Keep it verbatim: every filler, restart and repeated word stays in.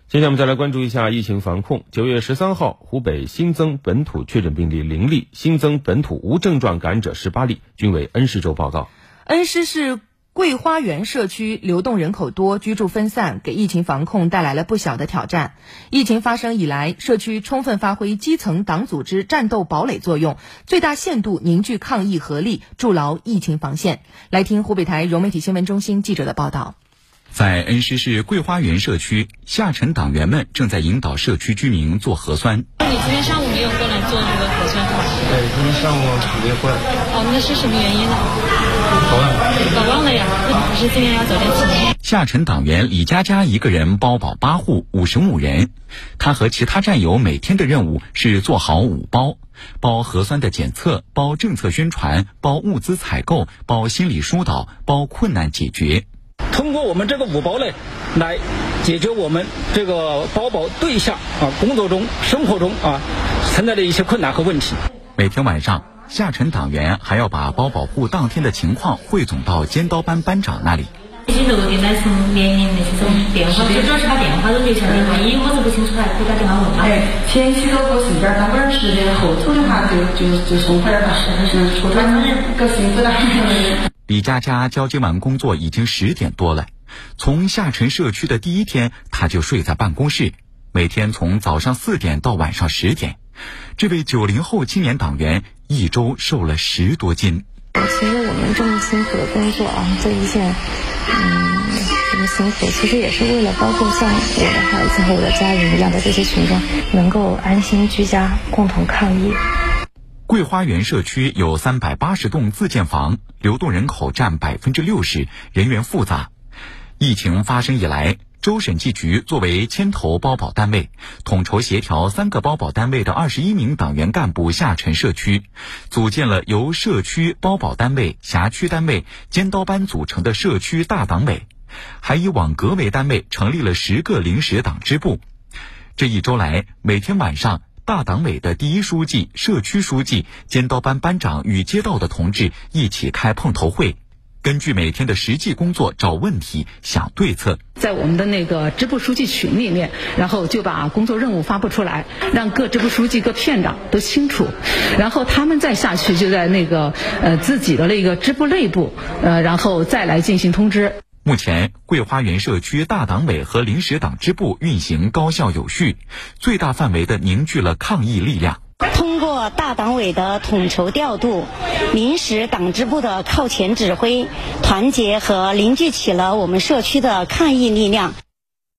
现在我们再来关注一下疫情防控。九月十三号，湖北新增本土确诊病例零例，新增本土无症状感染者十八例，均为恩施州报告。 恩施市桂花园社区流动人口多，居住分散，给疫情防控带来了不小的挑战。疫情发生以来，社区充分发挥基层党组织战斗堡垒作用，最大限度凝聚抗疫合力，筑牢疫情防线。来听湖北台融媒体新闻中心记者的报道。 在恩施市桂花园社区，下沉党员们正在引导社区居民做核酸。 你今天上午没有过来做这个核酸是吧？ 对，今天上午没过来。 哦，那是什么原因呢？ 搞忘了。 搞忘了呀，还是今天要早点起。 下沉党员李佳佳一个人包保八户五十五人，他和其他战友每天的任务是做好五包：包核酸的检测，包政策宣传，包物资采购，包心理疏导，包困难解决。 通过我们这个五包呢，来解决我们这个包保对象啊工作中、生活中啊存在的一些困难和问题。 每天晚上，下沉党员还要把包保户当天的情况汇总到尖刀班班长那里。 已经录进来从年龄那些种电话，最主要是把电话都留下来，万一我是不清楚还可以打电话问他。 哎，前期都过十点当晚十点后头的话就就就送回来了，是是，后头够辛苦的。 李佳佳交接完工作已经十点多了，从下沉社区的第一天，她就睡在办公室，每天从早上四点到晚上十点。这位九零后青年党员一周瘦了十多斤。 其实我们这么辛苦的工作啊，在一线，嗯，这么辛苦，其实也是为了包括像我的孩子和我的家人一样的这些群众能够安心居家，共同抗疫。 桂花园社区有三百八十栋自建房，流动人口占百分之六十，人员复杂。疫情发生以来，州审计局作为牵头包保单位，统筹协调三个包保单位的二十一名党员干部下沉社区，组建了由社区、包保单位、辖区单位、尖刀班组成的社区大党委，还以网格为单位成立了十个临时党支部。这一周来，每天晚上，大党委的第一书记、社区书记、尖刀班班长与街道的同志一起开碰头会，根据每天的实际工作找问题、想对策。 在我们的那个支部书记群里面，然后就把工作任务发布出来，让各支部书记、各片长都清楚，然后他们再下去就在那个呃自己的那个支部内部，呃，然后再来进行通知。 目前，桂花园社区大党委和临时党支部运行高效有序，最大范围地凝聚了抗疫力量。 通过大党委的统筹调度，临时党支部的靠前指挥，团结和凝聚起了我们社区的抗疫力量。